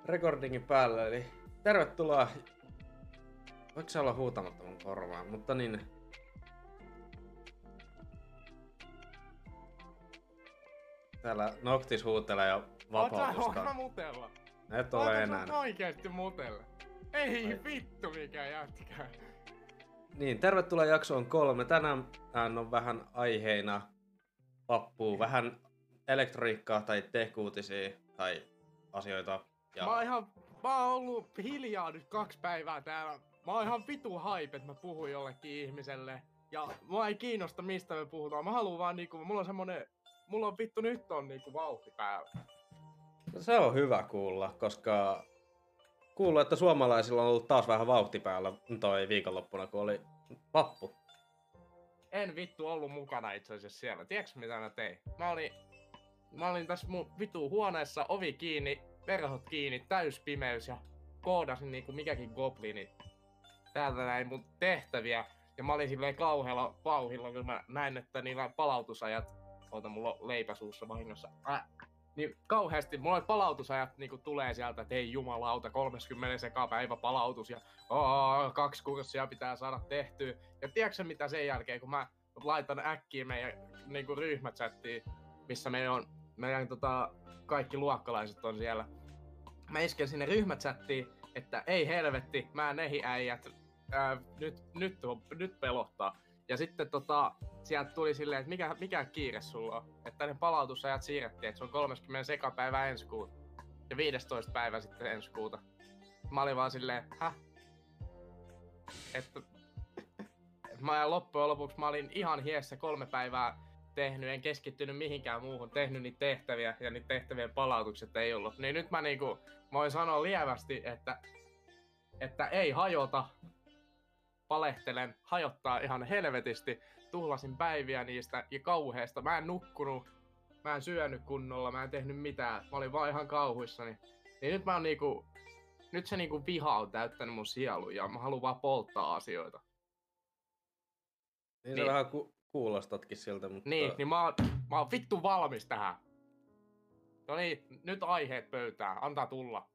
recordingin päällä, eli tervetuloa. Voiko se olla huutamatta mun korvaan, mutta niin. Täällä Noctis huutelee jo vapautusta. Oot mä mutella? Et ole enää. Oot oikeesti mutella? Ei vittu mikä jätkä. Niin, tervetuloa jaksoon 3. Tänään on vähän aiheina vappuu, vähän elektroniikkaa tai tech-uutisia tai asioita. Ja... Mä oon ollut hiljaa nyt 2 päivää täällä. Mä oon ihan vitu hype, että mä puhun jollekin ihmiselle. Ja mua ei kiinnosta mistä me puhutaan. Mä haluan vaan niinku, mulla on vittu nyt on niinku vauhti päällä. No, se on hyvä kuulla, koska kuuluu, että suomalaisilla on ollut taas vähän vauhti päällä toi viikonloppuna, kun oli vappu. En vittu ollut mukana itse asiassa siellä. Tiedätkö mitä mä tein? Mä olin tässä mun vitu huoneessa, ovi kiinni, verhot kiinni, täys pimeys ja koodasin niinku mikäkin goblini. Täältä näin mun tehtäviä. Ja mä olin silleen kauhealla vauhilla, kun mä näin, että niillä palautusajat... Oota, mulla on leipä suussa vahingossa. Niin kauheasti, mulla palautusajat niinku tulee sieltä, että ei jumalauta, 30 sekaa päivä palautus ja 2 kurssia pitää saada tehtyä. Ja tiedätkö mitä sen jälkeen, kun mä laitan äkkiä meidän niinku ryhmächattiin, missä meidän kaikki luokkalaiset on siellä. Mä isken sinne ryhmächattiin, että ei helvetti, mä nehi-äijät, nyt pelottaa. Ja sitten sieltä tuli silleen, että mikä kiire sulla on? Että ne palautusajat siirrettiin, että se on 30 sekapäivä ensi kuuta. Ja 15 päivä sitten ensi kuuta. Mä olin vaan silleen, Että mä loppujen lopuksi mä olin ihan hiessä 3 päivää tehnyt, en keskittynyt mihinkään muuhun, tehnyt niitä tehtäviä ja niitä tehtävien palautukset ei ollut. Niin nyt mä voin sanoa lievästi, että ei hajota. Palehtelen, hajottaa ihan helvetisti, tuhlasin päiviä niistä ja kauheesta. Mä en nukkunut, mä en syönyt kunnolla, mä en tehnyt mitään. Mä olin vaan ihan kauhuissani. Niin nyt nyt se viha on täyttänyt mun sielu ja mä haluan vaan polttaa asioita. Niin sä vähän kuulostatkin siltä, mutta... Niin mä oon vittu valmis tähän. No niin, nyt aiheet pöytään, antaa tulla.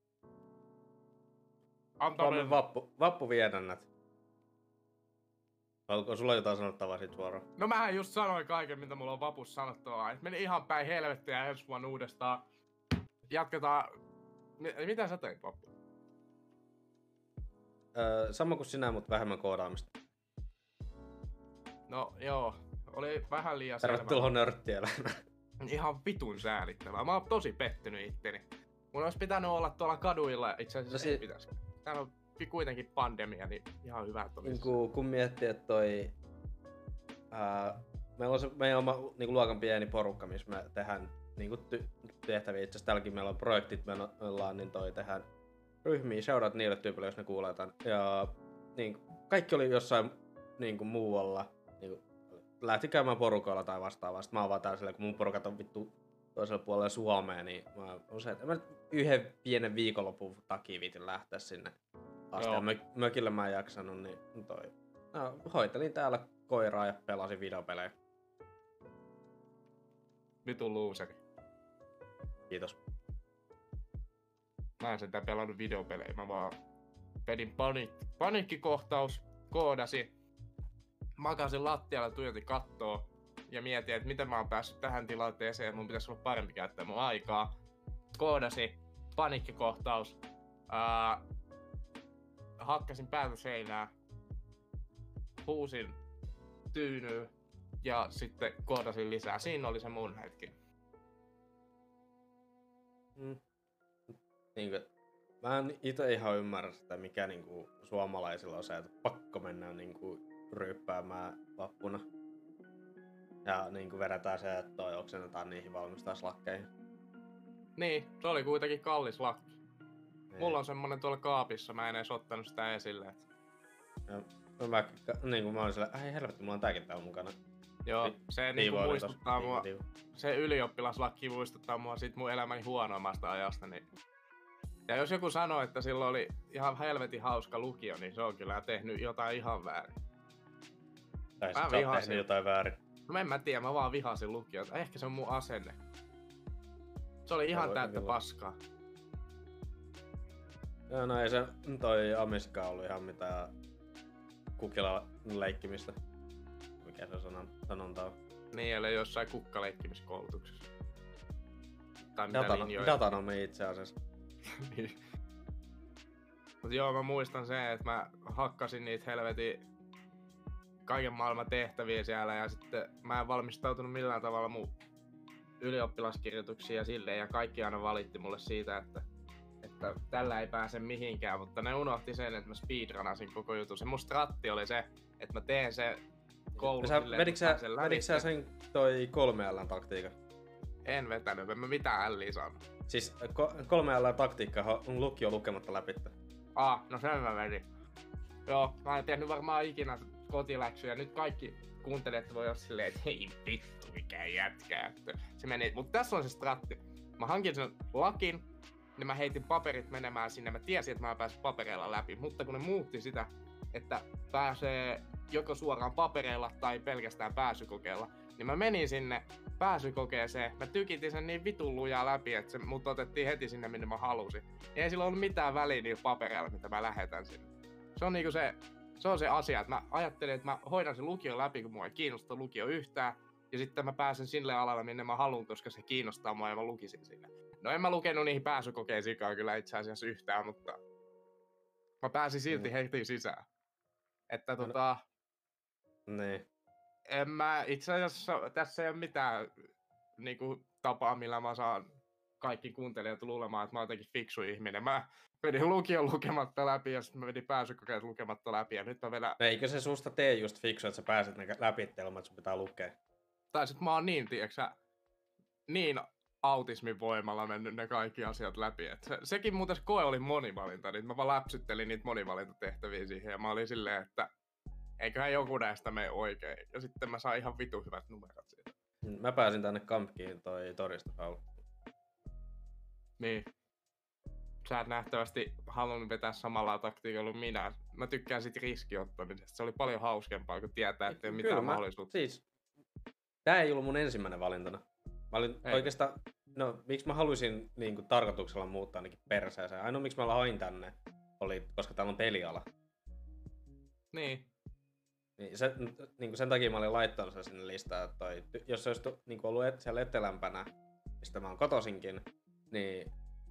Suomen vappuviedännät. Onko sulla jotain sanottavaa sit suoraan? No mähän just sanoin kaiken, mitä mulla on vapussa sanottavaa. Et meni ihan päin helvettiä ensi vuonna uudestaan. Jatketaan. Mitä sä teit, vappu? Sama kuin sinä, mutta vähemmän koodaamista. No joo, oli vähän liian Tervetuloa nörttielämään. Ihan vitun säälittävää. Mä oon tosi pettynyt itteni. Mun olisi pitänyt olla tuolla kaduilla, itse asiassa ei pitäisi. Täällä on kuitenkin pandemia, niin ihan hyvä, että olisi. Kun miettii, että meillä on se meidän oma luokan pieni porukka, missä me tehdään tehtäviä. Itse asiassa täälläkin meillä on projektit, me ollaan, niin tehdään ryhmiä, shoutout niille tyypille, jos ne kuulee tämän. Ja kaikki oli jossain muualla, lähti käymään porukalla tai vastaavaa. Sitten mä oon vaan täällä silleen, kun mun porukat on vittu toisella puolella Suomea, niin mä usein, että mä yhden pienen viikonlopun takia viitin lähteä sinne asti. Ja mökillä mä en jaksanut, niin hoitelin täällä koiraa ja pelasin videopelejä. Vitun luuseri. Kiitos. Mä en sentään pelannut videopelejä, mä vaan pedin paniikkikohtaus, koodasi, makasin lattialla, tuijotin kattoo ja mietin, että miten mä oon päässyt tähän tilanteeseen ja mun pitäisi olla parempi käyttää mun aikaa. Koodasi, paniikkikohtaus, hakkasin päätä seinää, huusin tyynyä ja sitten koodasin lisää. Siinä oli se mun hetki. Mä en ite ihan ymmärrä sitä, mikä suomalaisilla on se, että pakko mennä ryyppäämään vappuna. Ja vedetään se, että toi oksennetaan niihin valmistajaslakkeihin. Niin, se oli kuitenkin kallis lakki. Niin. Mulla on semmonen tuolla kaapissa, mä en edes ottanut sitä esille. Että... mä olin silleen, ai helvetti, mulla on tääkin täällä mukana. Joo, se muistuttaa mua, se ylioppilaslakki muistuttaa mua sit mun elämäni huonoimmasta ajasta. Niin... Ja jos joku sanoo, että silloin oli ihan helvetin hauska lukio, niin se on kyllä tehnyt jotain ihan väärin. Tai sit sä oot tehnyt jotain väärin. No en mä tiedä, mä vaan vihasin lukiota. Ehkä se on mun asenne. Se oli ihan täyttä paskaa. Joo, no ei se toi Amiska ollut ihan mitään kukilla leikkimistä. Mikä se sanonta on? Niin, eli jossain kukkaleikkimiskoulutuksessa. Tai mitä linjoja. Datanomi itse asiassa. Niin. Mut joo, mä muistan sen, että mä hakkasin niitä helvetin kaiken maailman tehtäviä siellä ja sitten mä en valmistautunut millään tavalla mun ylioppilaskirjoituksiin ja silleen ja kaikki aina valitti mulle siitä, että tällä ei pääse mihinkään, mutta ne unohti sen, että mä speedrunasin koko jutun. Se mun stratti oli se, että mä teen se koulu silleen, Vedikö sä sen toi 3L:n taktiikan? En vetänyt, en mä mitään älliä saanut. Siis 3L:n taktiikka on lukio lukematta läpi. No sen mä vedin. Joo, mä en tehnyt varmaan ikinä kotiläksyjä. Nyt kaikki kuuntelijat voi olla silleen, että hei vittu mikä jätkä. Se meni, mutta tässä on se stratti. Mä hankin sen lakin, niin mä heitin paperit menemään sinne. Mä tiesin, että mä pääsin papereilla läpi, mutta kun ne muutti sitä, että pääsee joko suoraan papereilla tai pelkästään pääsykokeella, niin mä menin sinne pääsykokeeseen. Mä tykitin sen niin vitun lujaa läpi, että se mut otettiin heti sinne, minne mä halusin. Ei sillä ollut mitään väliä niillä papereilla, mitä mä lähetän sinne. Se on niinku se on se asia, että mä ajattelin, että mä hoidan sen lukion läpi, kun mua ei kiinnosta lukio yhtään. Ja sitten mä pääsen sille alalle, minne mä haluan, koska se kiinnostaa mua ja mä lukisin sinne. No en mä lukenut niihin pääsykokeisiinkaan kyllä itse asiassa yhtään, mutta mä pääsin silti heti sisään. Että Niin. En mä itse asiassa, tässä ei ole mitään niinku tapaa, millä mä saan kaikki kuuntelijat luulemaan, että mä oon jotenkin fiksu ihminen. Mä vedin lukion lukematta läpi ja sitten mä vedin pääsykokeet lukematta läpi ja nyt mä vedän... Eikö se susta tee just fiksu, että sä pääset ne läpi ilman, että sun pitää lukea? Tai sit mä oon niin, tiiäksä, niin autismin voimalla mennyt ne kaikki asiat läpi. Et sekin muuten koe oli monivalinta, niin mä vaan läpsyttelin niitä monivalintatehtäviä siihen ja mä olin silleen, että eiköhän joku näistä mene oikein. Ja sitten mä sain ihan vitu hyvät numerot siitä. Mä pääsin tänne Kampkiin toi todistusaula. Niin. Sä et nähtävästi halunnut vetää samalla taktiikalla kuin minä. Mä tykkään sit riskiottamisesta. Se oli paljon hauskempaa, kun tietää, että ei ole mitään mahdollisuutta. Siis, tää ei ollut mun ensimmäinen valintana. Mä olin oikeastaan, miksi mä haluaisin niin kuin, tarkoituksella muuttaa ainakin perseeseen. Ainoa miksi mä hain tänne oli, koska täällä on peliala. Niin. Niin sen takia mä olin laittanut sen sinne listaan, että jos se olisi niin ollut siellä etelämpänä, mistä mä oon kotoisinkin, niin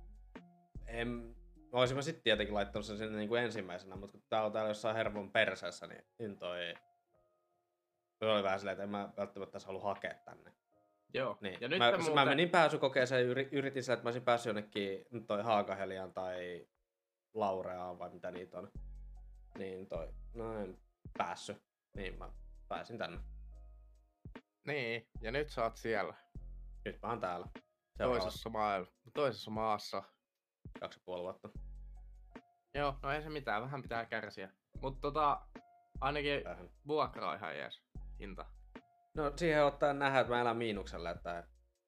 olisin mä sitten tietenkin laittanut sen sinne niin kuin ensimmäisenä, mutta kun tää on täällä jossain hervon perseessä, niin se oli vähän silleen, että en mä välttämättä halua hakea tänne. Joo. Niin. Ja nyt mä menin pääsykokeeseen ja yritin sillä, että mä olisin päässyt jonnekin toi Haakaheliaan tai Laureaan vai mitä niitä on. Niin en päässyt. Niin mä pääsin tänne. Niin, ja nyt sä oot siellä. Nyt mä oon täällä. Toisessa maassa. 2,5 vuotta. Joo, no ei se mitään, vähän pitää kärsiä. Mutta ainakin vuokra on ihan jees hinta. No siihen ottaa nähdä, että mä elän miinuksella, että...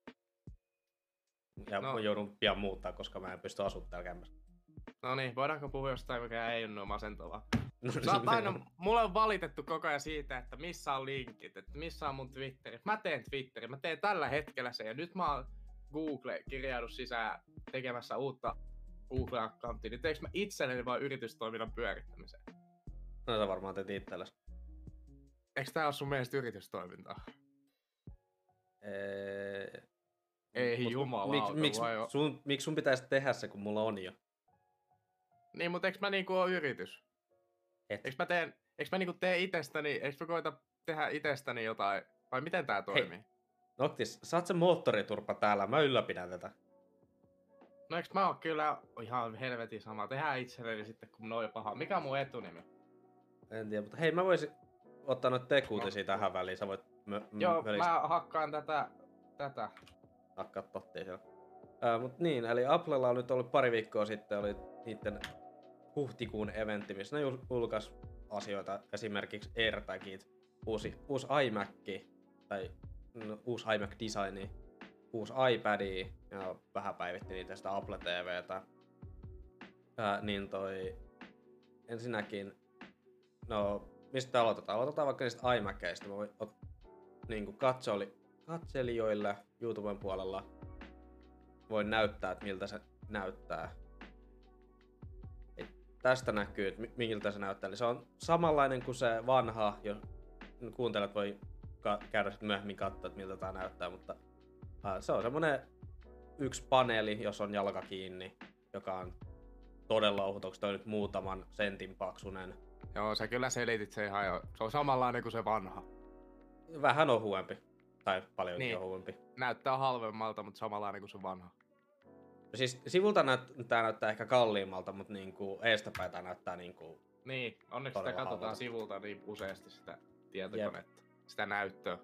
Ja mä joudun pian muuttaa, koska mä en pysty asumaan täällä kämpässä. No niin, voidaanko puhua jostain, mikä ei ole masentavaa? Mulle on valitettu koko ajan siitä, että missä on linkit, että missä on mun Twitteri. Mä teen Twitterin, mä teen tällä hetkellä sen ja nyt mä oon Google-kirjaudut sisään tekemässä uutta Google-accounttia. Niin teekö mä itselleni vaan yritystoiminnan pyörittämiseen? No sä varmaan teet itsellesi. Eikö tää ole sun mielestä yritystoimintaa? Ei jumalauta. Miksi sun pitäisi tehdä se, kun mulla on jo? Niin, mutta eikö mä niinku oo yritys? Eikö mä niinku tee itsestäni, eikö mä koita tehdä itsestäni jotain? Vai miten tää toimii? Hei. Noctis, saat se moottoriturpa täällä, mä ylläpidän tätä. No eikö mä oo kyllä ihan helvetin sama. Tehdään itselleni sitten, kun on jo paha. Mikä on mun etunimi? En tiedä, mutta hei, mä voisin ottaa noita tekuutisia tähän väliin. Sä voit Joo, mä hakkaan tätä. Hakkaa tottia siellä. Mut niin, eli Applella on nyt ollut pari viikkoa sitten, oli niitten huhtikuun eventti, missä ne julkaisi asioita, esimerkiksi AirTagit, uusi iMac, tai uusi iMac-designi, uusi iPad, ja vähän päivitti niitä sitä Apple TVtä. Niin ensinnäkin, mistä aloitetaan? Aloitetaan vaikka niistä iMaceista. Mä voin niinku katselijoille YouTuben puolella voin näyttää, että miltä se näyttää. tästä näkyy, että miltä se näyttää. Eli se on samanlainen kuin se vanha, jos kuuntelijat voi käydä sitten myöhemmin katsoa, että miltä tää näyttää, mutta se on semmonen yksi paneeli, jos on jalka kiinni, joka on todella ohut. Onko toi nyt muutaman sentin paksunen? Joo, sä kyllä selitit se ihan jo. Se on samanlainen kuin se vanha. Vähän ohuempi. Tai paljon Niin. ohuempi. Näyttää halvemmalta, mutta samanlainen kuin se vanha. Siis sivulta tää näyttää ehkä kalliimmalta, mutta niinku eestäpäin tää näyttää niinku... Niin, onneksi sitä katsotaan sivulta niin useasti sitä tietokonetta. Sitä näyttöä.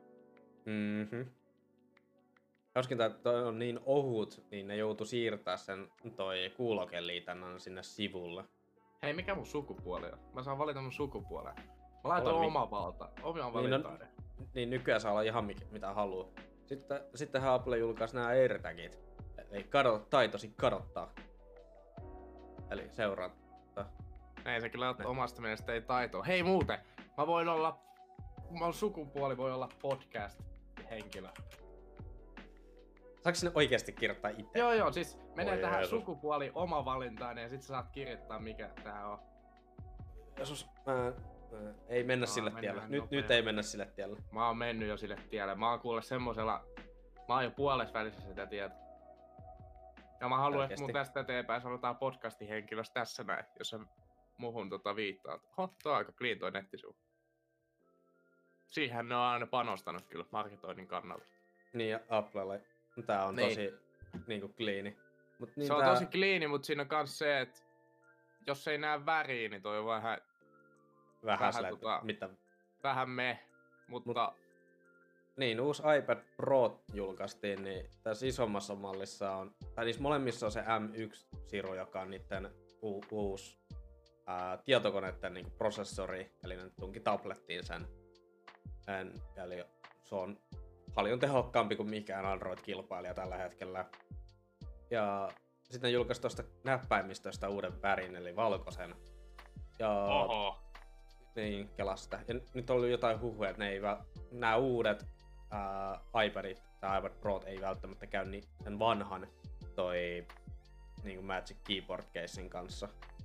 Joskin toi on niin ohut, niin ne joutu siirtää sen toi kuulokeliitännän sinne sivulle. Hei, mikä mun sukupuoli on? Mä saan valita mun sukupuolen. Mä laitoin omaa valintaan. Niin nykyään saa olla ihan mitä haluu. Sittenhän Apple julkaisi nämä AirTagit. Eli taitosi kadottaa. Eli seuranta. Ei se kyllä omasta mielestä ei taitoa. Hei muuten, mun sukupuoli voi olla podcast-henkilö. Saatko sinne oikeesti kirjoittaa itse? Joo, siis menee tähän sukupuoli oma valintaan ja sit sä saat kirjoittaa mikä tää on. Jeesus, ei mennä sille tielle. Nyt ei mennä sille tielle. Mä oon mennyt jo sille tielle. Mä oon kuule semmosella... Mä oon jo puolessa välissä sitä tietä. Ja mä haluan, että mun tästä eteenpäin sanotaan podcastin henkilössä tässä näin, jos sä muhun viittaat. Toi on aika clean toi nettisivu. Siihen ne on aina panostanut kyllä marketoinnin kannalta. Niin ja Applelle. Tää on tosi niinku cleani. Niin se on tosi cleani, mutta siinä on kans se, että jos ei näe väriä, niin toi on vähän mutta... Niin, uusi iPad Pro julkaistiin, niin tässä isommassa mallissa on, tai niissä molemmissa on se M1-siru, joka on niiden uusi tietokoneiden niinku prosessori, eli ne tunki tablettiin sen. Eli se on paljon tehokkaampi kuin mikään Android-kilpailija tällä hetkellä. Ja sitten julkaisi tuosta näppäimistöstä uuden värin, eli valkoisen. Ja niin, kelasta. Ja nyt on ollut jotain huhuja, että nämä uudet iPadit tai iPad Pro ei välttämättä käy sen vanhan niin Magic Keyboard casein kanssa.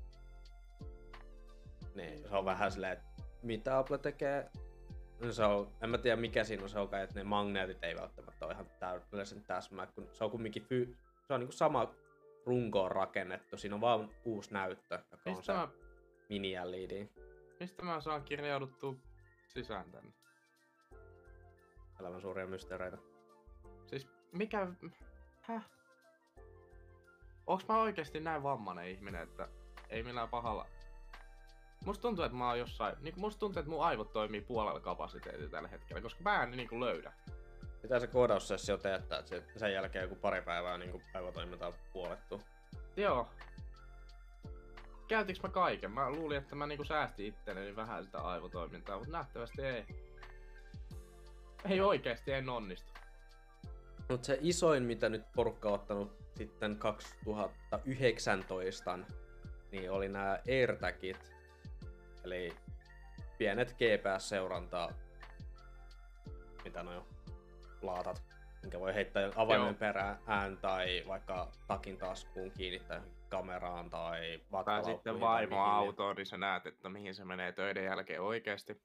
Niin, se on vähän silleen, että mitä Apple tekee. En mä tiedä mikä siinä on se, että ne magneetit ei välttämättä ole ihan täydellisen täsmää, kun se on kumminkin se on niinku sama runkoon rakennettu, siinä on vaan uusi näyttö, joka on se mini-LED. Mistä mä saan kirjauduttua sisään tänne? Elämän suuria mysteereitä. Siis mikä... Onks mä oikeesti näin vammainen ihminen, että ei millään pahalla... Musta tuntuu, että mä oon jossain... musta tuntuu, että mun aivot toimii puolella kapasiteetilla tällä hetkellä, koska mä en niinku löydä. Pitää se koodaussessio teettää, että sen jälkeen joku pari päivää niinku aivotoiminta on puolettu. Joo. Käytinkö mä kaiken? Mä luulin, että mä niinku säästin itselleni vähän sitä aivotoimintaa, mutta nähtävästi ei. Ei oikeesti, en onnistu. Mut se isoin, mitä nyt porukka on ottanut sitten 2019, niin oli nämä AirTagit. Eli pienet GPS-seurantaa, mitä no laatat, minkä voi heittää avaimen perään tai vaikka takin taskuun kiinnittää kameraan tai vatkalaukkuun. Tai sitten vaimo autoon, niin sä näet, että mihin se menee töiden jälkeen oikeesti.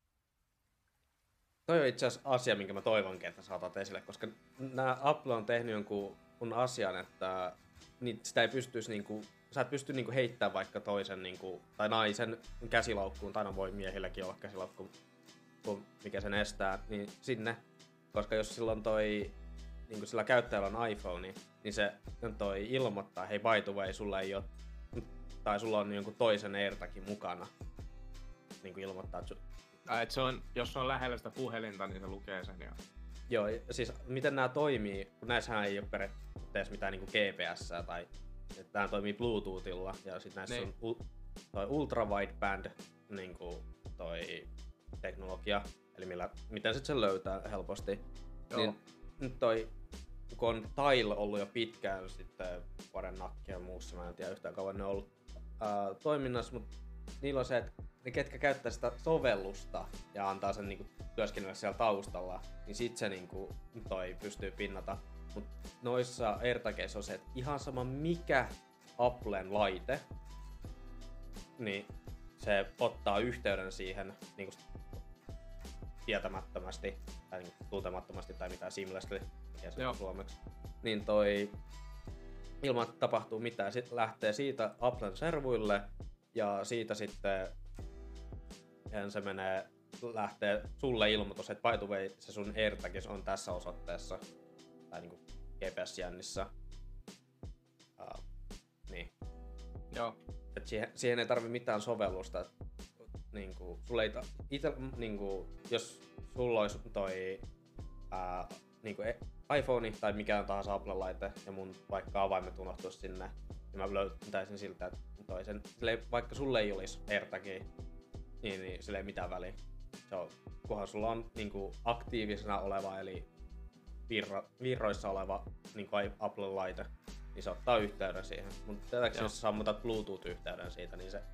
Toi on itse asiassa asia, minkä mä toivonkin, että saatat esille, koska Apple on tehnyt jonkun asian, että sitä ei pystyisi niinku, sä et pysty niinku heittämään vaikka toisen niinku, tai naisen käsilaukkuun, tai no voi miehilläkin olla käsilaukku, mikä sen estää, niin sinne, koska jos silloin niinku sillä käyttäjällä on iPhone, niin se ilmoittaa, hei by the way, sulla ei ole, tai sulla on jonkun toisen AirTagin mukana, niinku ilmoittaa, että se on, jos se on lähellä sitä puhelinta, niin se lukee sen ja... Joo, siis miten nämä toimii, kun näissähän ei ole periaatteessa mitään niinku GPS:ää tai että nämä toimii Bluetoothilla ja sitten näissä on toi ultra wideband niinku toi teknologia, eli miten sit sen löytää helposti. Joo. Niin nyt kun on Tile ollut jo pitkään sitten vuoden nakkia ja muussa, mä en tiedä yhtään kauan ne on ollut toiminnassa, mutta niillä on se, että ne ketkä käyttää sitä sovellusta ja antaa sen niinku työskennellä siellä taustalla, niin sit se niinku pystyy pinnata. Mut noissa AirTageissa on se, että ihan sama mikä Applen laite, niin se ottaa yhteyden siihen niinku tietämättömästi tai niinku tuntemattomasti tai mitään seamlessly, mikä se on suomeksi. Niin ilman että tapahtuu mitään, sit lähtee siitä Applen servuille ja siitä sitten se lähtee sulle ilmoitus, että by the way, se sun AirTagis on tässä osoitteessa tai niinku GPS-jännissä. Niin. Joo. Et siihen ei tarvi mitään sovellusta. Niinku, sulle ei niinku, jos sulla olisi toi niinku iPhone tai mikään tahansa Apple-laite ja mun vaikka avaimet unohtuisi sinne, niin mä löytäisin siltä, että vaikka sulle ei olisi AirTagia, niin sillä ei mitään väliä. Se on, kunhan sulla on niinku aktiivisena oleva eli virroissa oleva niinku Apple-laite, niin se ottaa yhteyden siihen. Mutta tietääkseni jos sammutat Bluetooth-yhteyden siitä, niin se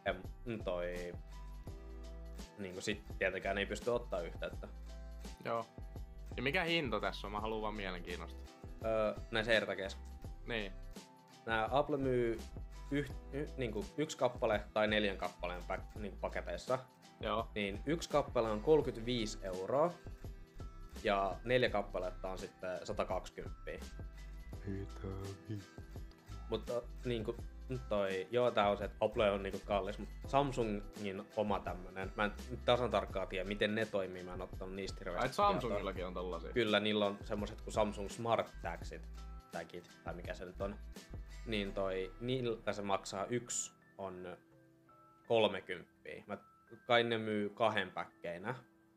niinku sit tietenkään ei pysty ottaa yhteyttä. Joo. Ja mikä hinta tässä on? Mä haluan vaan mielenkiinnosta. Näissä AirTageissa. Niin. Nää Apple myy niinku 1 kappale tai 4 kappaleen niinku paketeissa. Joo. Niin 1 kappale on 35 €. Ja 4 kappaletta on sitten 120. Mutta niinku tää on se, että Apple on niinku kallis, mutta Samsungin oma tämmönen, mä en tasan tarkkaan tiedä miten ne toimii, mä en ottanut niistä hirveästi Samsungillakin on tollasia? Kyllä, niillä on semmoset kuin Samsung Smart Tagit, tai mikä se nyt on. Niin niillä se maksaa yksi on 30. Kai ne myy 2 päkkeinä.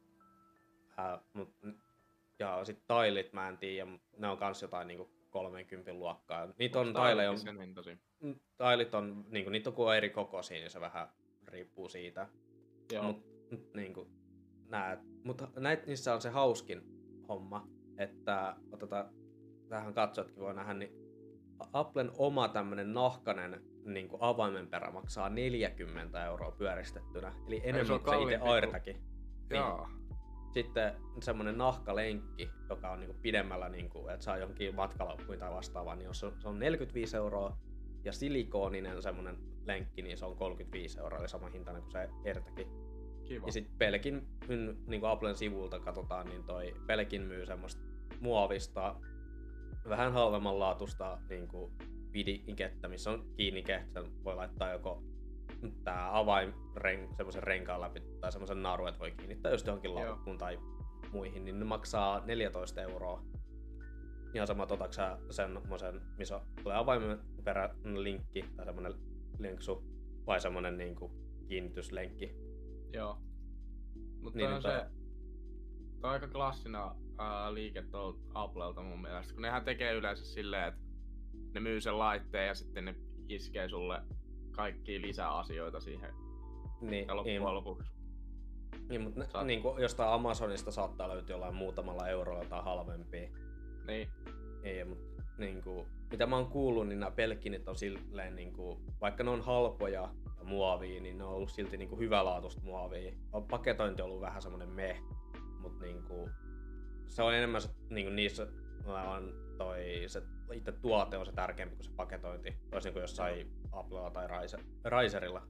Ja sit tailit mä en tiedä, ne on kans jotain niinku 30 luokkaa. Niitä on tailit on niinku, niitä on kuin eri kokoisia, niin se vähän riippuu siitä. Niinku mutta niissä on se hauskin homma, että tähän katsojatkin voi nähdä, niin Applen oma tämmönen nahkanen niinku avaimen perä maksaa 40 € pyöristettynä, eli enemmän kuin se itse AirTag. Joo. Sitten semmonen nahkalenkki, joka on niinku pidemmällä, niinku, että saa johonkin matkalaukkuun tai vastaavaan, niin se on 45 €. Ja silikooninen semmonen lenkki, niin se on 35 €, eli sama hintainen kuin se AirTag. Kiva. Ja sit Belkin, niinku Applen sivulta katsotaan, niin toi Belkin myy semmoista muovista, vähän halvemmanlaatuista niinku pidikettä, missä on kiinnike, sen voi laittaa joko tää semmosen renkaan läpi tai semmosen naru, että voi kiinnittää just johonkin laukkuun tai muihin, niin ne maksaa 14 €. Ihan sama otatko sä semmosen, missä tulee avaimen linkki tai semmonen linksu vai semmonen niinku kiinnityslenkki. Joo. Mutta niin, toi on aika klassinen liike tuolta Applelta mun mielestä, kun nehän tekee yleensä silleen, että ne myy sen laitteen ja sitten ne iskee sulle kaikkia lisäasioita siihen. Ja loppujen lopuksi. Niin, mutta niinku jostain Amazonista saattaa löytyä jollain muutamalla eurolla tai halvempia. Niin. Ei, mutta niinku, mitä mä oon kuullut, niin nämä pelkkinit on silleen niinku, vaikka ne on halpoja ja muovia, niin ne on ollut silti niinku hyvälaatuista muovia. Paketointi on ollut vähän semmonen mutta niinku, se on enemmän niinku niissä on se itse tuote on se tärkeämpi kuin se paketointi. Toisin kuin jossain Applella tai Razerilla.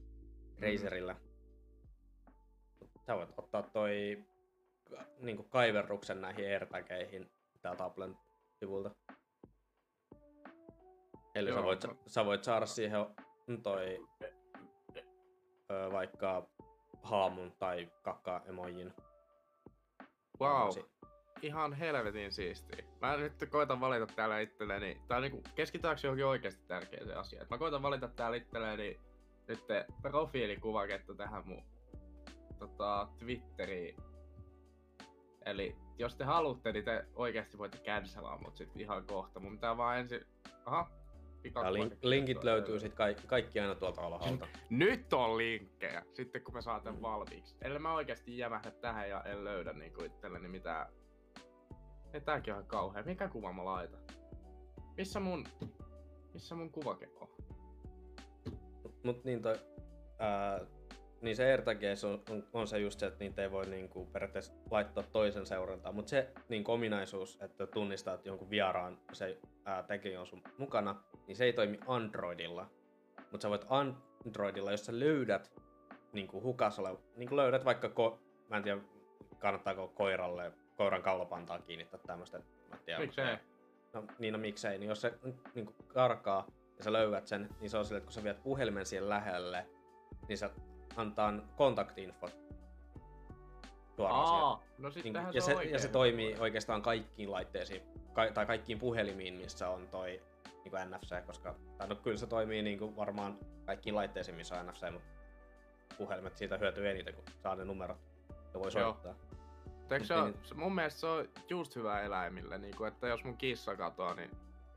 Sä voit ottaa niinku kaiverruksen näihin AirTageihin täältä Applen sivulta. Eli sä voit saada siihen vaikka haamun tai kakka-emojin. Wow. Ihan helvetin siistiä. Mä nyt koitan valita täällä itselleni, tää on niinku, keskitytäänkö johonkin oikeesti tärkeäseen asiaan. Mä koitan valita täällä itselleni nyt profiilikuvaketta tähän mun Twitteriin. Eli jos te haluatte, niin te oikeesti voitte cancelaa mut sit ihan kohta. Mun pitää vaan ensin... Linkit löytyy sit kaikki aina tuolta alhaalta. Nyt on linkkejä, sitten kun mä saan tän valmiiksi. Ellei mä oikeesti jämähdä tähän ja en löydä niinku itselleni mitään... Ei, tääkin on ihan kauhea. Mikä kuva mä laitan? Missä mun kuvake on? Mut niin niin se AirTageissa on se just se, että niitä ei voi niinku periaatteessa laittaa toisen seurantaan, mutta se niinku ominaisuus, että tunnistaa, että jonkun vieraan se tagi on sun mukana, niin se ei toimi Androidilla. Mutta sä voit Androidilla, jos sä löydät niinku hukassa niinku löydät vaikka, mä en tiedä kannattaako koiran kaulapantaan kiinnittää tämmöstä, mä en tiedä. Miksei? No miksei, niin jos se niinku karkaa ja sä löydät sen, niin se on silleen, että kun sä viet puhelimen siihen lähelle, niin se antaa kontakti-infot suoraan siihen. No sittenhän Niin, se on oikein. ja se toimii oikeastaan kaikkiin laitteisiin, tai kaikkiin puhelimiin, missä on toi niinku NFC, koska, tai no kyllä se toimii niinku varmaan kaikkiin laitteisiin, missä on NFC, mutta puhelimet siitä hyötyy eniten, kun saa ne numerot ja voi soittaa. Eikö se mun mielestä se on just hyvä eläimille, niinku, että jos mun kissa katoaa, niin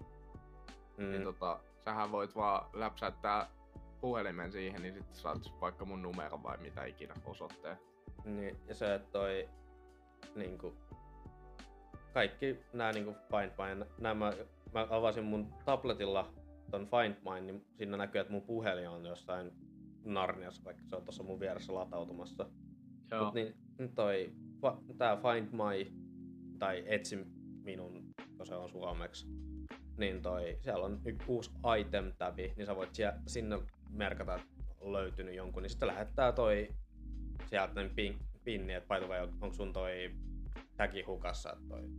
sähän voit vaan läpsäyttää puhelimen siihen, niin sitten saat vaikka mun numero vai mitä ikinä osoitteen. Niin, ja se, että toi niinku kaikki nää niinku Find My, mä avasin mun tabletilla ton Find My, niin siinä näkyy, että mun puhelin on jossain Narniassa, vaikka se on tossa mun vieressä latautumassa. Joo. Mut niin tää Find My, tai Etsi minun, kun se on suomeksi, niin siellä on uusi item-tabi, niin sä voit sinne merkata, että on löytynyt jonkun, niin sitten lähettää sieltä pinni, että by the way, onko sun tagi hukassa,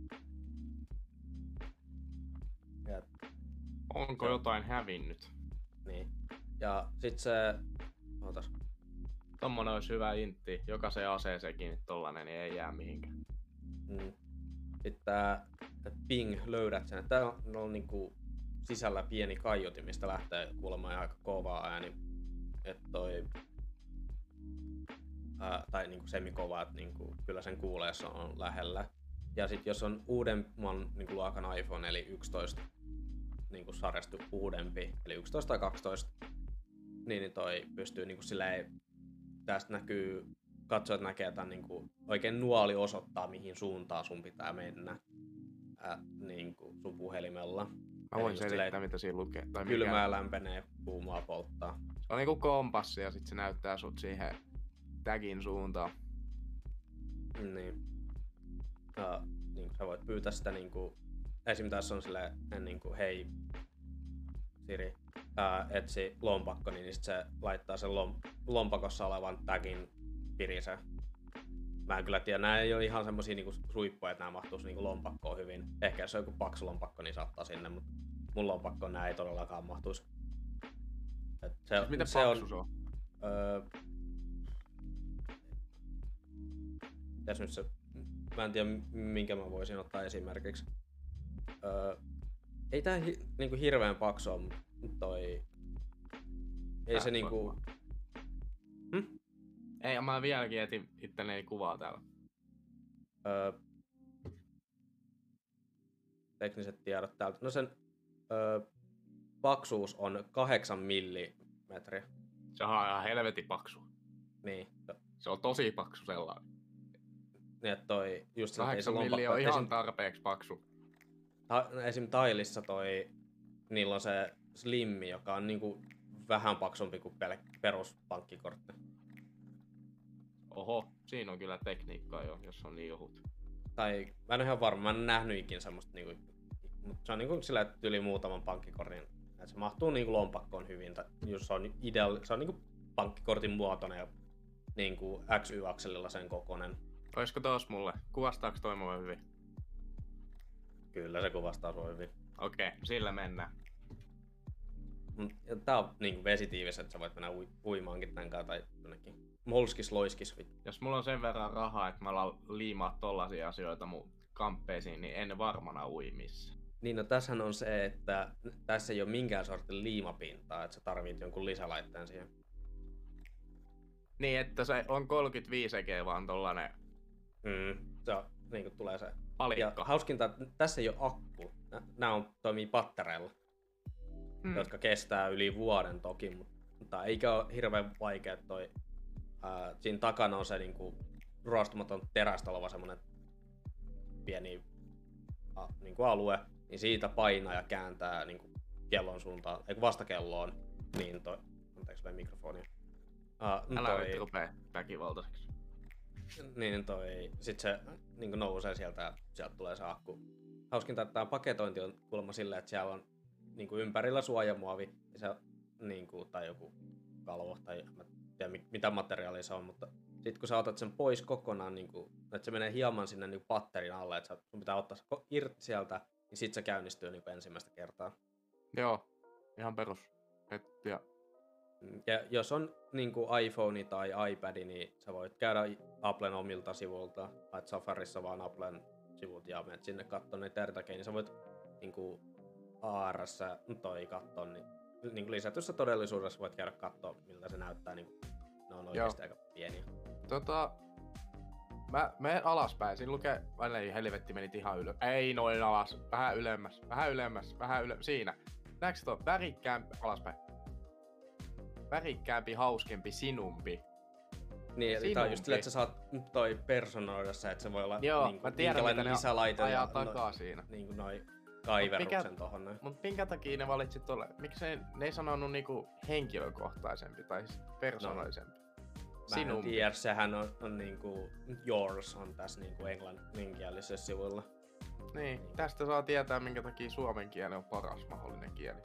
Onko jotain hävinnyt? Niin. Ja sit ootas. Tommonen olisi hyvä intti, jokaisen aseeseenkin nyt tollanen, niin ei jää mihinkään. Sitten tää ping, löydät sen. Tää on niinku sisällä pieni kaiutin, mistä lähtee kuulemaan aika kova ääni. Tai niinku semikova, että niinku kyllä sen kuulee, jos on lähellä. Ja sit jos on uudemman niinku luokan iPhone, eli 11 niinku sarjastu uudempi, eli 11 tai 12, niin pystyy niinku silleen, tästä näkyy, katsojat näkee tämän niinku oikein nuoli osoittaa, mihin suuntaan sun pitää mennä niinku sun puhelimella. Mä voin selittää, mitä siinä lukee. Tai kylmää lämpenee, kuumaa polttaa. Se on niinku kompassi ja sit se näyttää sut siihen tagin suuntaan. Niin. Niin sä voit pyytää sitä niinku, esim. Tässä on silleen niinku, hei Siri, etsi lompakko, niin sit se laittaa sen lompakossa olevan tagin piriseen. Mä en kyllä tiedä, nää ei oo ihan semmosia niinku suippuja, että nää mahtuis niinku lompakkoon hyvin. Ehkä jos on joku paksu lompakko, niin saattaa sinne, mutta mun lompakkoon nää ei todellakaan mahtuis. Mitä paksu se on? Nyt se, mä en tiedä minkä mä voisin ottaa esimerkiksi. Ei tää niinku hirveen paksu oo, mutta ei se niinku... Ei, mä vieläkin etin itteni kuvaa täällä. Tekniset tiedot täältä. No sen paksuus on 8 millimetriä. Se on ihan helvetin paksu. Niin. Se on tosi paksu sellainen. Niin, että just 8 milliä on ihan tarpeeksi paksu. Esim. Tailissa niillä on se slimmi, joka on niinku vähän paksumpi kuin peruspankkikortti. Oho, siinä on kyllä tekniikkaa jo, jos on niin ohut. Tai mä en ole ihan varma, mä en nähnyt ikin semmoista niinku, mutta se on niinku sillä, että yli muutaman pankkikortin, että se mahtuu niinku lompakkoon hyvin, tai jos se on se on niinku pankkikortin muotoinen ja niinku XY-akselilla sen kokoinen. Oisko tos mulle? Kuvastaako toi mua hyvin? Kyllä se kuvastaa sua hyvin. Okei, sillä mennään. Tää on niinku vesitiivis, että sä voit mennä uimaankin tän kanssa tai jonnekin loiskis. Jos mulla on sen verran rahaa, että mä alan liimaa tollasia asioita mun kamppeisiin, niin en varmana ui missä. Niin, no tässähän on se, että tässä ei ole minkään sortin liimapintaa, että sä tarvit jonkun lisälaitteen siihen. Niin, että se on 35 EG vaan tollanen... Se on, niinku tulee se. Palikka. Ja hauskinta, että tässä ei ole akku. Nää toimii pattereilla, jotka kestää yli vuoden toki, mutta eikä ole hirveän vaikea siinä takana on se niinku ruostumaton terästä oleva semmonen pieni niinku alue, niin siitä painaa ja kääntää niinku kellon suuntaan, eikö vastakelloon, niin anteeksi vai mikrofonia. Älä nyt rupee väkivaltaiseksi. Niin sit se niinku nousee sieltä ja sieltä tulee se akku. Hauskinta, että tää paketointi on kuulemma silleen, että siellä on niinku ympärillä suojamuovi ja se niinku, tai joku kalvo, tai mä en tiedä mitä materiaalia se on, mutta sitten kun sä otat sen pois kokonaan, niin kuin, että se menee hieman sinne niin patterin alle, että sun pitää ottaa se irti sieltä, niin sit se käynnistyy niin ensimmäistä kertaa. Joo, ihan perus. Ja Ja jos on niin kuin iPhone tai iPad, niin sä voit käydä Applen omilta sivulta, lait Safarissa vaan Applen sivut ja menet sinne katsoa niitä eri takia, niin sä voit niin kuin AR:ssä toi katsoa, niin lisätyssä todellisuudessa voit käydä katsoa, miltä se näyttää, niin ne on oikeasti aika pieniä. Mä menen alaspäin, siinä lukee, ei helvetti menit ihan ylös, ei noin alas, vähän ylemmäs, siinä. Näetkö tuo värikkäämpi, alaspäin, värikkäämpi, hauskempi, sinumpi. Niin, tai just sille, että sä saat toi personoida se, että se voi olla joo, niin kuin, minkälainen lisälaite ajaa takaa siinä. Niin kuin noi kaiverruksen tohon noin. Mut minkä takia ne valitsit tolle? Miksi ne ei sanonut niinku henkilökohtaisempi tai siis persoonallisempi? Mä en tiedä, sehän on niinku yours on tässä niinku englanninkielisessä sivuilla. Niin, tästä saa tietää minkä takia suomen kieli on paras mahdollinen kieli.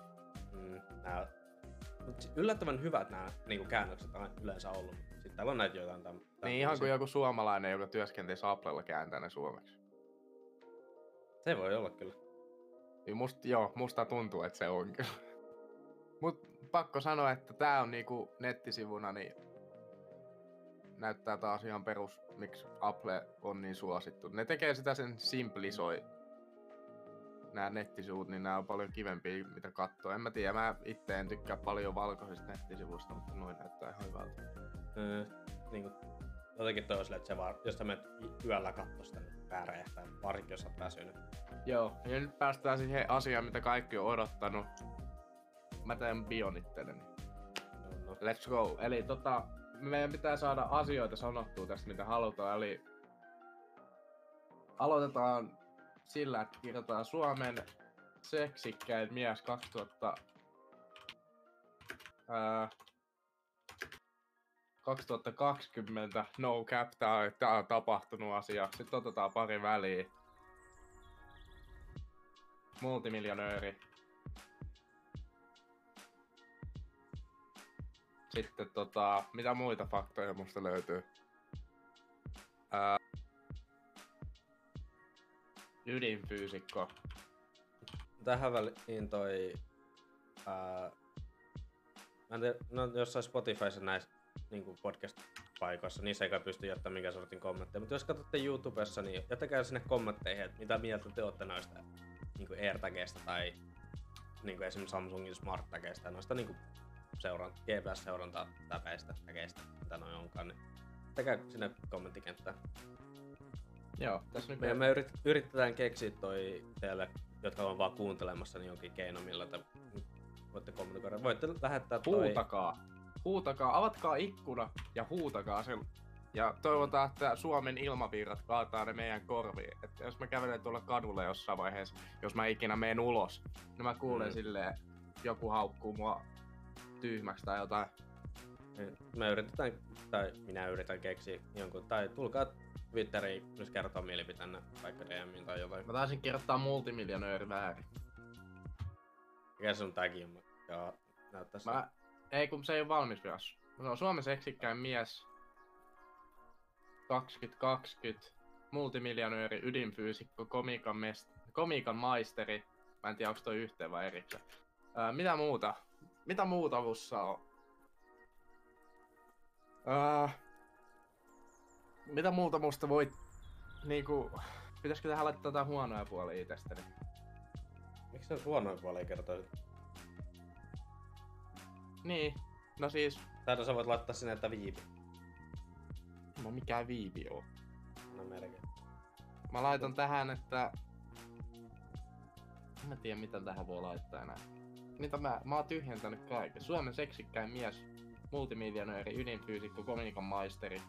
Yllättävän hyvät nämä niinku käännökset on yleensä ollut. Sitten täällä on näitä jotain niin ihan kuin joku suomalainen, joka työskentelisi Applella kääntää ne suomeksi. Se voi olla kyllä. Niin musta tuntuu, että se on kyllä. Mut pakko sanoa, että tää on niinku nettisivuna, niin näyttää taas ihan perus, miksi Apple on niin suosittu. Ne tekee sitä sen simplisoi. Nää nettisivut, niin nää on paljon kivempiä, mitä kattoo. En mä tiedä, mä itse en tykkää paljon valkoisista nettisivuista, mutta noin näyttää ihan hyvältä. Niin jotenkin toi on silleen, että se vaan, jos sä menet yöllä kattoo sitä, niin pääräjähtää, varsinkin jos sä oot väsynyt. Joo, ja nyt päästään siihen asiaan, mitä kaikki on odottanut. Mä teen bionittelen. No. Let's go. Eli meidän pitää saada asioita sanottua tästä, mitä halutaan. Eli aloitetaan sillä, että kirjoitetaan Suomen seksikkäin mies 2020, no cap, tää on tapahtunut asia. Sitten otetaan pari väliä. Multimiljonööri. Sitten mitä muita faktoja musta löytyy? Ydinfyysikko. Tähän väliin toi... mä en tiedä, no jossain Spotifyssa näissä niin podcast-paikoissa, niissä ei kai pysty jättämään minkä sortin kommentteja. Mutta jos katsotte YouTubessa, niin jättäkää sinne kommentteihin, että mitä mieltä te olette noista niin AirTagista tai niin esimerkiksi Samsungin Smart-tageista ja noista niin GPS-seurantatäpeistä, tageista, mitä noin onkaan, niin jättäkää sinne kommenttikenttään. Joo, tässä nyt me yritetään keksiä toi teille, jotka on vaan kuuntelemassa, niin jonkin keino, millä te voitte kommunikoida. Voitte lähettää toi... Huutakaa, avatkaa ikkuna ja huutakaa sen. Ja toivotaan, että Suomen ilmavirrat kaataa ne meidän korviin. Että jos mä kävelen tuolla kadulla jossain vaiheessa, jos mä ikinä menen ulos, niin mä kuulen silleen, joku haukkuu mua tyhmäksi tai jotain. Minä yritän keksiä jonkun, tai tulkaa Twitteriin, jos kertoo mielipiteenne, vaikka DM:iin tai jotain. Mä taisin kirjoittaa multimiljonööri väärin. Mikä se on tagin? Joo, näyttäis. Ei kun se ei ole valmis vielä. Se on Suomen seksikkäin mies 2020, multimiljonööri, ydinfyysikko, komiikan maisteri. Mä en tiedä onko toi yhteen vai erikseen. Mitä muuta? Mitä muuta musta on? Mitä muuta musta voi niinku... Pitäisikö tähän laittaa jotain huonoja puolia itsestäni? Miksi se on huonoja puolia kertoa? Niin, no siis... Tai sä voit laittaa sinne, että viipi. No mikä viipi on? No melkein. Mä laitan tähän, että... En mä tiedä mitä tähän voi laittaa enää. Mitä mä oon tyhjentänyt kaiken. Suomen seksikkäin mies, multimiljonööri, ydinfyysikko, komiikan maisteri.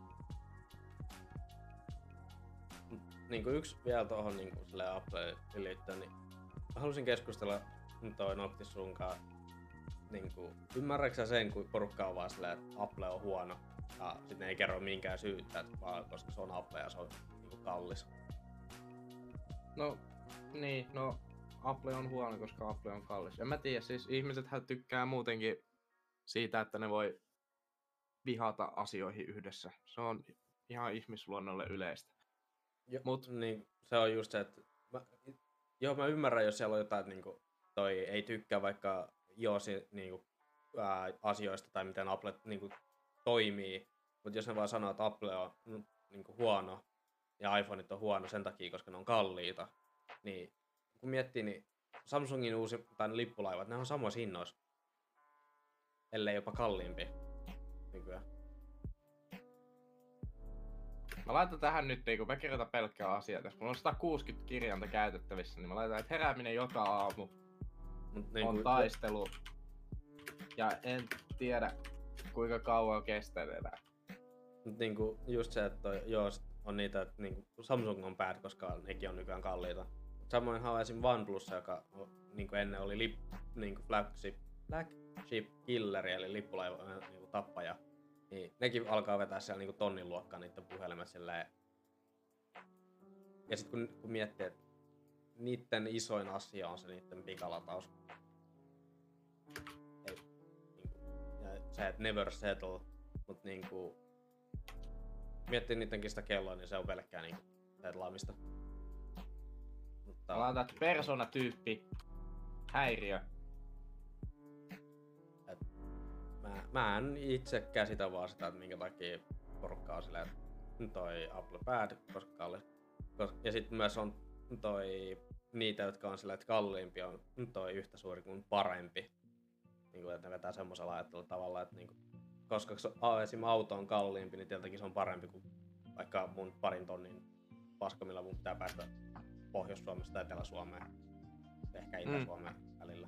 Niinku yksi vielä tohon niinku silleen Appleen liittyen, niin mä halusin keskustella toi Noctis sunkaan. Niinku, ymmärrätkö sen, kun porukka on vaan silleen, että Apple on huono ja sit ne ei kerro minkään syyttä, vaan koska se on Apple ja se on niinku kallis. No, niin, no Apple on huono, koska Apple on kallis. En mä tiedä, siis ihmisethän tykkää muutenkin siitä, että ne voi vihata asioihin yhdessä. Se on ihan ihmisluonnolle yleistä. Mut niin, se on just se, että mä ymmärrän, jos siellä on jotain, että niinku, toi ei tykkää vaikka niinku, asioista tai miten Apple niinku, toimii, mutta jos ne vaan sanoo, että Apple on niinku, huono ja iPhoneit on huono sen takia, koska ne on kalliita, niin kun miettii, niin Samsungin uusi tai lippulaivat, ne on samoissa hinnoissa, ellei jopa kalliimpi nykyään. Mä laitan tähän nyt, kun mä kirjoitan pelkkää asiaa tässä. Mulla on 160 kirjainta käytettävissä, niin mä laitan, että herääminen joka aamu on taistelu. Ja en tiedä, kuinka kauan kestää enää. Niinku just se, että on niitä, että niinku Samsung on bad, koska nekin on nykyään kalliita. Samoinhan on esim. OnePlus, joka niinku ennen oli niinku flagship killer, eli lippulaiva niinku tappaja. Niin nekin alkaa vetää siellä niinku tonnin luokkaa niiden puhelimet silleen. Ja sit kun miettii, että niitten isoin asia on se niitten pikalataus. Niinku, ja se, että never settle, mut niinku miettii niittenkin sitä kelloa, niin se on pelkkää niinku setlaamista. Mä laitan persona-tyyppi häiriö. Mä en itse käsitä vaan sitä, että minkä takia porukka on silleen, että toi Apple bad, koska kallis. Ja sitten myös on toi niitä, jotka on silleen, että kalliimpi on toi yhtä suuri kuin parempi. Niin että ne vetää semmosella ajattelulla tavalla, että niinku, koska esim. Auto on kalliimpi, niin tietenkin se on parempi kuin vaikka mun 2 tonnin paskamilla mun pitää päästä Pohjois-Suomesta tai Etelä-Suomeen. Ehkä Itä-Suomeen välillä.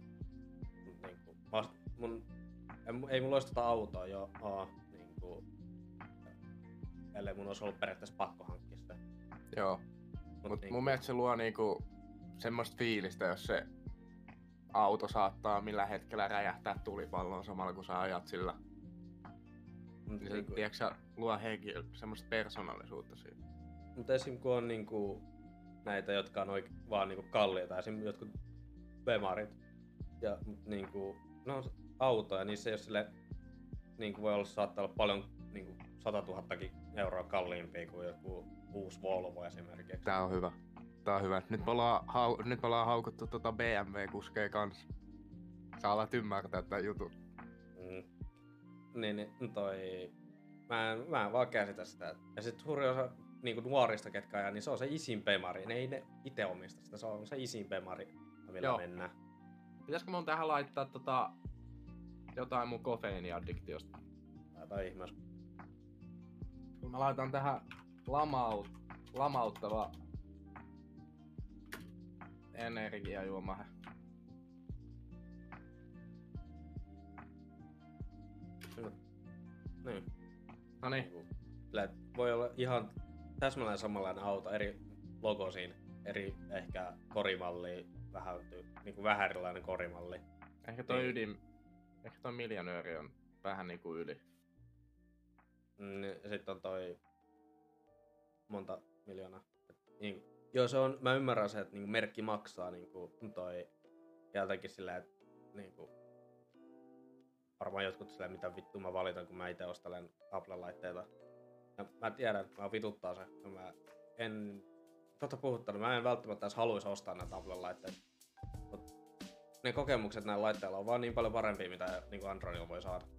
Ei mulla olisi autoa niinku, ellei mun olisi ollut periaatteessa pakko hankkia sitä. Joo. Mut mun mielestä se luo niinku semmoista fiilistä, jos se auto saattaa millä hetkellä räjähtää tulipalloon samalla kun sä ajat sillä. Niin se, tiedätkö sä, luo semmoista persoonallisuutta siinä. Mutta esim. Kun on niinku näitä, jotka on vaan niinku kalliita, esim. Jotkut Bemarit, ja niinku, ne on autoja, niissä jos sille niinku voi olla, saattaa olla paljon niinku 100 000 euroa kalliimpia kuin joku uusi Volvo esimerkiksi. Tää on hyvä. Nyt me ollaan haukuttu BMW-kuskeja kanssa. Sä alat ymmärtää tän jutun. Niin toi... Mä en vaan käsitä sitä. Ja sit suuri osa niinku nuorista, ketkä ajaa, niin se on se isin Bemari. Ne ei ne ite omista sitä, se on se isin Bemari, millä mennään. Pitäisikö mun tähän laittaa jotain mun kofeiiniaddiktiosta? Laita ihmeessä. Kun mä laitan tähän lamauttava energiajuoma. Niin. Noniin. Voi olla ihan täsmälleen samanlainen auto, eri logo siinä, eri ehkä korimalli, vähän niinku vähän erilainen korimalli. Ehkä toi miljonööri on vähän niinku yli. Sitten on toi monta miljoonaa. Niin, joo, se on, mä ymmärrän se, että niinku merkki maksaa niinku toi ja jotenkin silleen, että niinku varmaan jotkut silleen, mitä vittua mä valitan, kun mä ite ostelen Apple-laitteita. Ja mä tiedän, mä vituttaa se. Ja mä en puhuttanut, mä en välttämättä edes haluaisi ostaa näitä Apple-laitteita. Mut ne kokemukset näillä laitteilla on vaan niin paljon parempia, mitä niinku Androidilla voi saada.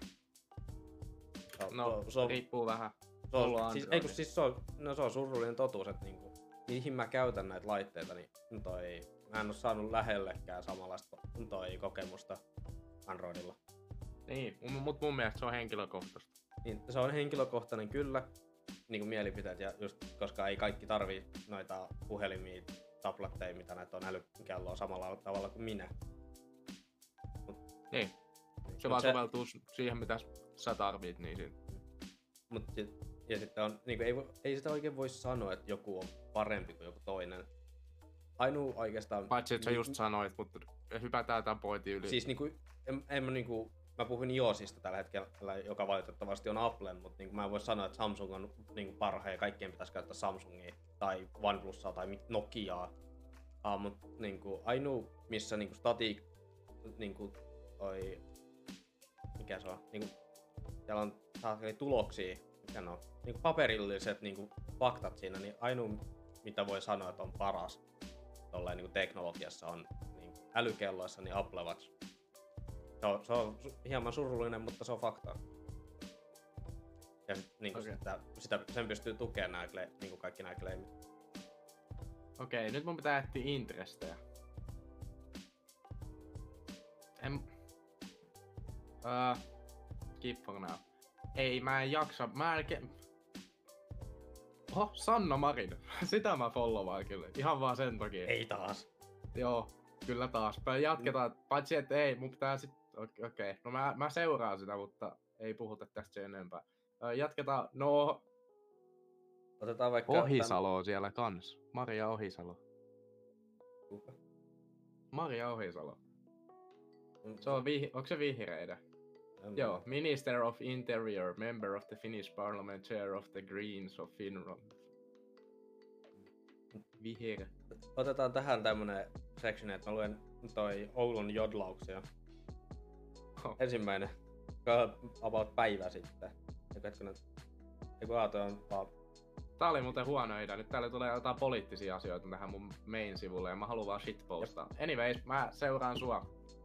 Riippuu vähän. Se on surullinen totuus, että niinku, mihin mä käytän näitä laitteita, niin mä en oo saanut lähellekään samanlaista kokemusta Androidilla. Niin, mut mun mielestä se on henkilökohtaista. Niin, se on henkilökohtainen kyllä, niinku mielipiteet, ja just koska ei kaikki tarvii noita puhelimia, tabletteja, mitä näitä on älykelloa samalla tavalla kuin minä. Niin. Se vaan soveltuu siihen, mitä sä tarvit, niin siinä. Ja sitten on, niinku, ei sitä oikein voi sanoa, että joku on parempi kuin joku toinen. Ainoa oikeastaan... Paitsi, että sä just sanoit, mutta hypätään tämän pointin yli. Siis mä puhun iOSista tällä hetkellä, joka valitettavasti on Applen, mutta niinku, mä en voi sanoa, että Samsung on niinku parhaan ja kaikkien pitäisi käyttää Samsungia tai OnePlusaa tai Nokiaa. Mutta niinku, ainoa, missä niinku mikä se on, niinku, siellä on saakeli tuloksia, mikä ne on, niinku paperilliset niinku faktat siinä, niin ainoa mitä voi sanoa, että on paras tolleen niinku teknologiassa on niinku älykelloissa, niin Apple Watch. Se on hieman surullinen, mutta se on fakta. Ja niinku sen pystyy tukemaan niinku kaikki nää claimit. Okei, nyt mun pitää etsiä interestejä. Skip for now. Ei, mä en jaksa. Sanna Marin. Sitä mä followaan kyllä. Ihan vaan sen takia. Ei taas. Joo, kyllä taas. Jatketaan. Paitsi että ei, mun pitää sit... Okei. No mä seuraan sitä, mutta ei puhuta tästä sen enempää. Jatketaan. No... Otetaan vaikka... Ohisalo on siellä kans. Maria Ohisalo. Kuka? Maria Ohisalo. Se on onko se vihreitä? Joo, Minister of Interior, Member of the Finnish Parliament, Chair of the Greens of Finland. Vihreä. Otetaan tähän tämmönen section, että mä luen toi Oulun jodlauksia. Ensimmäinen, about päivä sitten. Tää oli muuten huono idea. Nyt täällä tulee jotain poliittisia asioita tähän mun main-sivulle ja mä haluan vaan shitpostaa. Anyways, mä seuraan sua.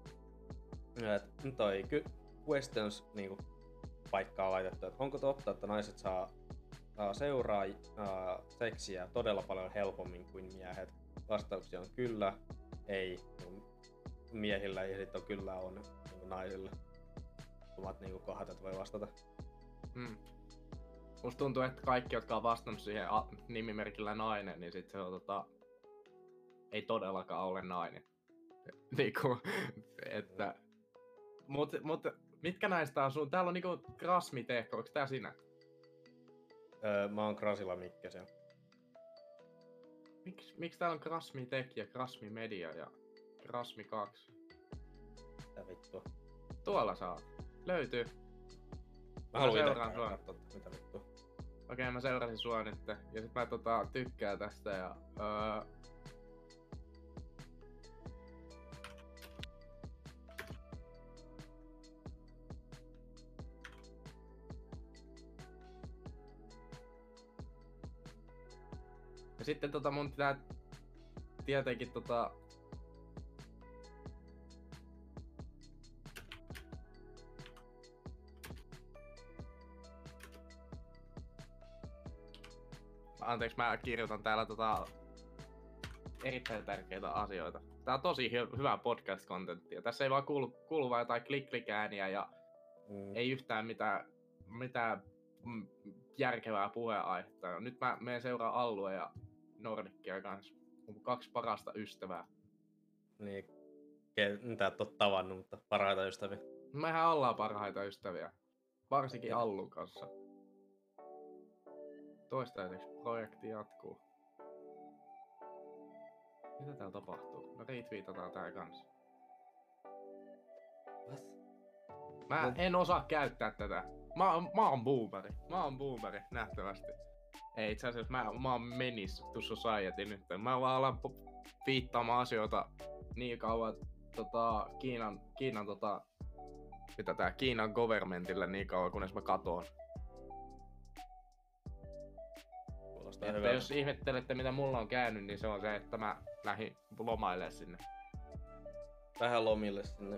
Toi questions niinku paikkaa laitettu, että onko totta, että naiset saa seuraa seksiä todella paljon helpommin kuin miehet? Vastauksia on kyllä, ei miehillä ja sitten on kyllä on niinku naisilla. Omat niinku kohdat, että voi vastata. Musta tuntuu, että kaikki, jotka on vastannut siihen nimimerkillä nainen, niin sit se on ei todellakaan ole nainen. Niinku, että... Mut mitkä näistä on sun? Täällä on niinku Krasmi Tehko, onks tää sinä? Mä oon Krasila Mikkäsen. Miksi täällä on Krasmi Tech ja Krasmi Media ja Krasmi 2? Mitä vittua? Tuolla saa. Löytyy. Mä haluun ite katsoa, mitä vittua. Okei, mä seurasin sua nyt. Ja sit mä tykkään tästä ja... Ja sitten mun pitää tietenkin Anteeksi, mä kirjoitan täällä erittäin tärkeitä asioita. Tää on tosi hyvää podcast-kontenttia. Tässä ei vaan kuulu vaan jotain klik-klik-ääniä ja ei yhtään mitään järkevää puheenaihetta. Nyt mä menen seuraa Allua ja Nordickia kanssa. Mun 2 parasta ystävää. Niin, mitä et oo tavannut, mutta parhaita ystäviä. Mehän ollaan parhaita ystäviä. Varsinkin Allun kanssa. Toistaiseksi projekti jatkuu. Mitä täällä tapahtuu? Me retweetataan tää kanssa. What? Mä en osaa käyttää tätä. Mä oon boomeri. Mä oon boomeri, nähtävästi. Ei, itse asiassa mä oon menis to society nyt. Mä vaan alan viittaamaan asioita niin kauan Kiinan governmentille niin kauan kunnes mä katoon. Että jos ihmettelette mitä mulla on käynyt, niin se on se, että mä lähdin lomaille sinne. Vähän lomille sinne.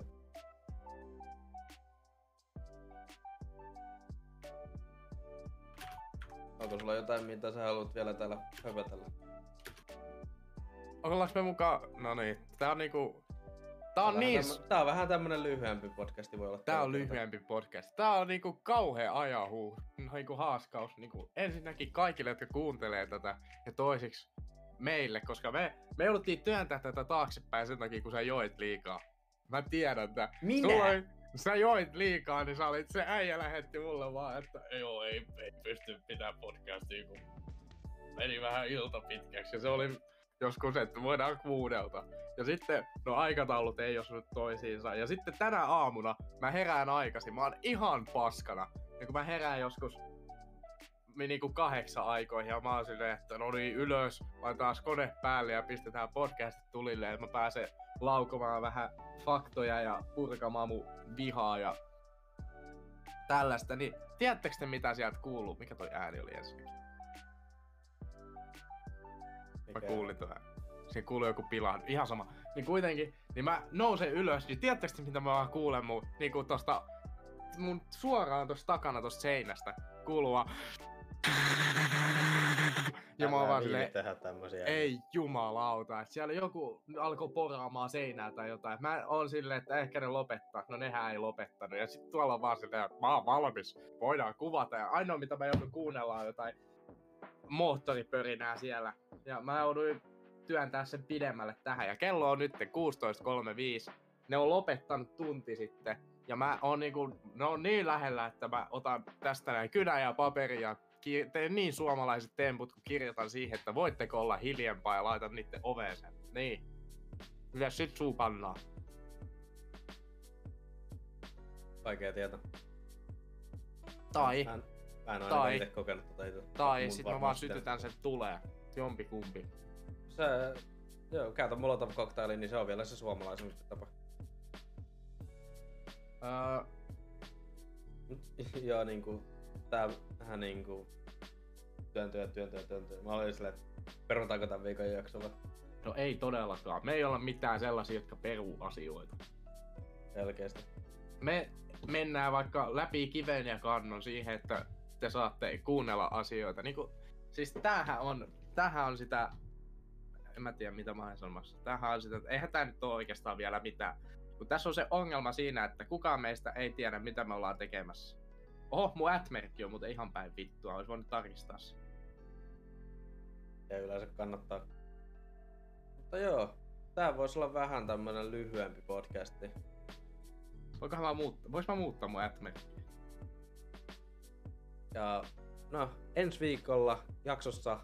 Onko sulla jotain, mitä sä haluat vielä täällä höpötellä? Ollaanko me mukaan? No niin, tää on niinku... Tää on vähän tämmönen lyhyempi podcasti voi olla. Tää on lyhyempi podcast. Tää on niinku kauhea ajahuu, niinku haaskaus. Niinku ensinnäkin kaikille, jotka kuuntelee tätä, ja toisiksi meille, koska me jouduttiin työntää tätä taaksepäin sen takia, kun sä joit liikaa. Mä tiedän, että... Sä joit liikaa, niin sä olit se äijä lähetti mulle vaan, että joo, ei pysty pitämään podcastia, kun meni vähän ilta pitkäksi. Ja se oli joskus, että voidaan 6. Ja sitten, no aikataulut ei osunut toisiinsa. Ja sitten tänä aamuna mä herään aikaisin, mä oon ihan paskana. Ja kun mä herään joskus niinku 8 aikoihin ja mä oon silleen, että no niin ylös, laitetaan kone päälle ja pistetään podcastit tulille, että mä pääsen laukomaan vähän faktoja ja purkamaan mun vihaa ja tällaista, niin tiedättekö te mitä sieltä kuuluu? Mikä toi ääni oli ensin? Mä kuulin tuon. Se kuuluu joku pilahdus. Ihan sama. Niin kuitenkin, niin mä nousen ylös, niin tiedättekö te mitä mä kuulen niinku tosta mun suoraan tosta takana tosta seinästä kuuluu vaan. Ja mä oon vaan silleen, ei jumalauta, että siellä joku alkoi poraamaan seinää tai jotain. Mä oon silleen, että ehkä ne lopettaa. No nehän ei lopettanut. Ja sit tuolla on vaan silleen, että mä oon valmis, voidaan kuvata. Ja ainoa mitä mä joudun kuunnella on jotain moottoripörinää siellä. Ja mä jouduin työntää sen pidemmälle tähän. Ja kello on nyt 16.35. Ne on lopettanut tunti sitten. Ja mä oon ne on niin lähellä, että mä otan tästä näin kynä ja paperia. Teen niin suomalaiset temput, kun kirjoitan siihen, että voitteko olla hiljempaa ja laitan niitten oveeseen. Niin. Mitäs sit suu pannaa? Vaikea tietää. Tai. Mä en ole aina itse kokenut tätä. Tai sit mä vaan sytytän sen tuleen. Jompikumpi. Joo, käytän Molotov cocktailin, niin se on vielä se suomalaisempi tapa. Joo, niinku tää vähän niinku työntyy. Mä olin silleen, että perutaanko tän viikon jaksolla? No ei todellakaan. Me ei olla mitään sellaisia, jotka peruu asioita. Selkeästi. Me mennään vaikka läpi kiven ja kannon siihen, että te saatte kuunnella asioita. Siis tämähän on sitä. En mä tiedä mitä mä oon sanomassa. Tämähän on sitä, eihän tää nyt oo oikeastaan vielä mitään. Kun tässä on se ongelma siinä, että kukaan meistä ei tiedä mitä me ollaan tekemässä. Oho, mun @merkki on muuten ihan päin vittua, ois voinut tarkistaa se. Ja yleensä kannattaa. Mutta joo, tää voisi olla vähän tämmönen lyhyempi podcasti. Vois mä muuttaa mun @merkkiä? Ja no, ensi viikolla jaksossa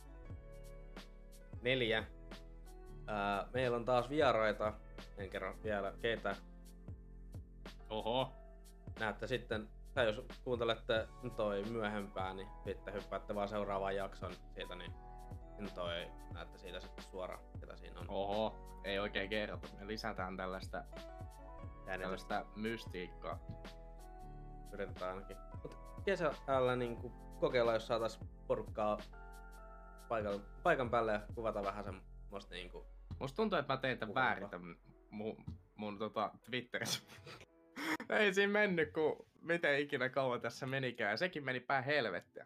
4. Meillä on taas vieraita. En kerro vielä keitä. Oho. Näette sitten, tai jos kuuntelette toi myöhempää, niin sitten hyppäätte vaan seuraavaan jakson siitä, niin näette siitä sitten suoraan, ketä siinä on. Oho, ei oikein kerrota. Me lisätään tällaista mystiikkaa. Yritetään ainakin. Mut kesällä niinku kokeillaan, jos saatais porukkaa paikan päälle ja kuvata vähän semmoista niinku. Musta tuntuu, että mä tein tän väärin tän mun Twitterissä. Ei siinä mennyt, kun miten ikinä kauan tässä menikään. Ja sekin meni päin helvettiä.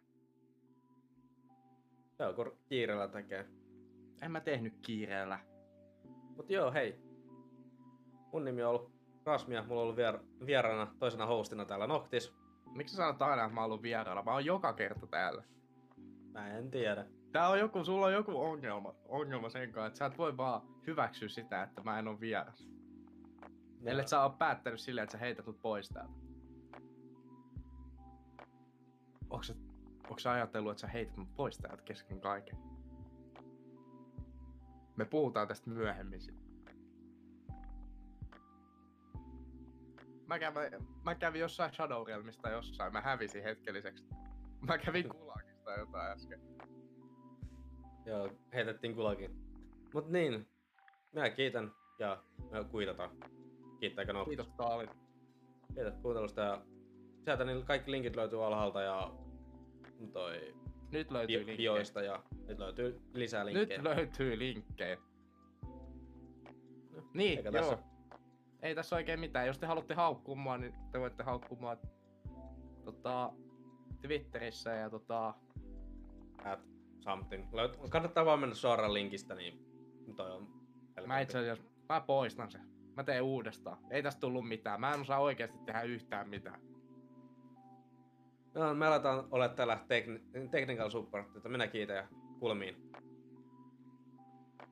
Joo, kun kiireellä tekee. En mä tehnyt kiireellä. Mut joo, hei. Mun nimi on ollut Rasmia. Mulla on ollut vieraana toisena hostina täällä Noctis. Miksi sä sanot aina, että mä oon ollut vieraana? Mä oon joka kerta täällä. Mä en tiedä. Sulla on joku ongelma sen kanssa, että sä et voi vaan hyväksyä sitä, että mä en oo vieras. Ellet sä oo päättänyt silleen, että sä heität mut pois täältä. Onks sä ajatellut, että sä heität mut pois täältä kesken kaiken? Me puhutaan tästä myöhemmin sitten. Mä kävin jossain Shadow Realmista jossain, mä hävisin hetkelliseksi. Mä kävin Kulakista jotain äsken. Joo, heitettiin Kulakin. Mut niin, minä kiitän ja me kuitataan. Kiittääkö Noctis? Kiitos Kaalin. Kiitos kuuntelusta ja sieltä niin kaikki linkit löytyy alhaalta ja nyt löytyy bioista ja nyt löytyy lisää linkkejä. Nyt löytyy linkkejä. No, niin, joo. Tässä? Ei tässä oikein mitään. Jos te haluatte haukkua mua, niin te voitte haukkua mua Twitterissä ja something. Kannattaa vaan mennä suoraan linkistä, niin toi on helpompi. Mä itse asiassa, mä poistan sen. Mä teen uudestaan. Ei tästä tullut mitään. Mä en osaa oikeasti tehdä yhtään mitään. No, me aletaan olla täällä technical support, että minä kiitän ja kuulemiin.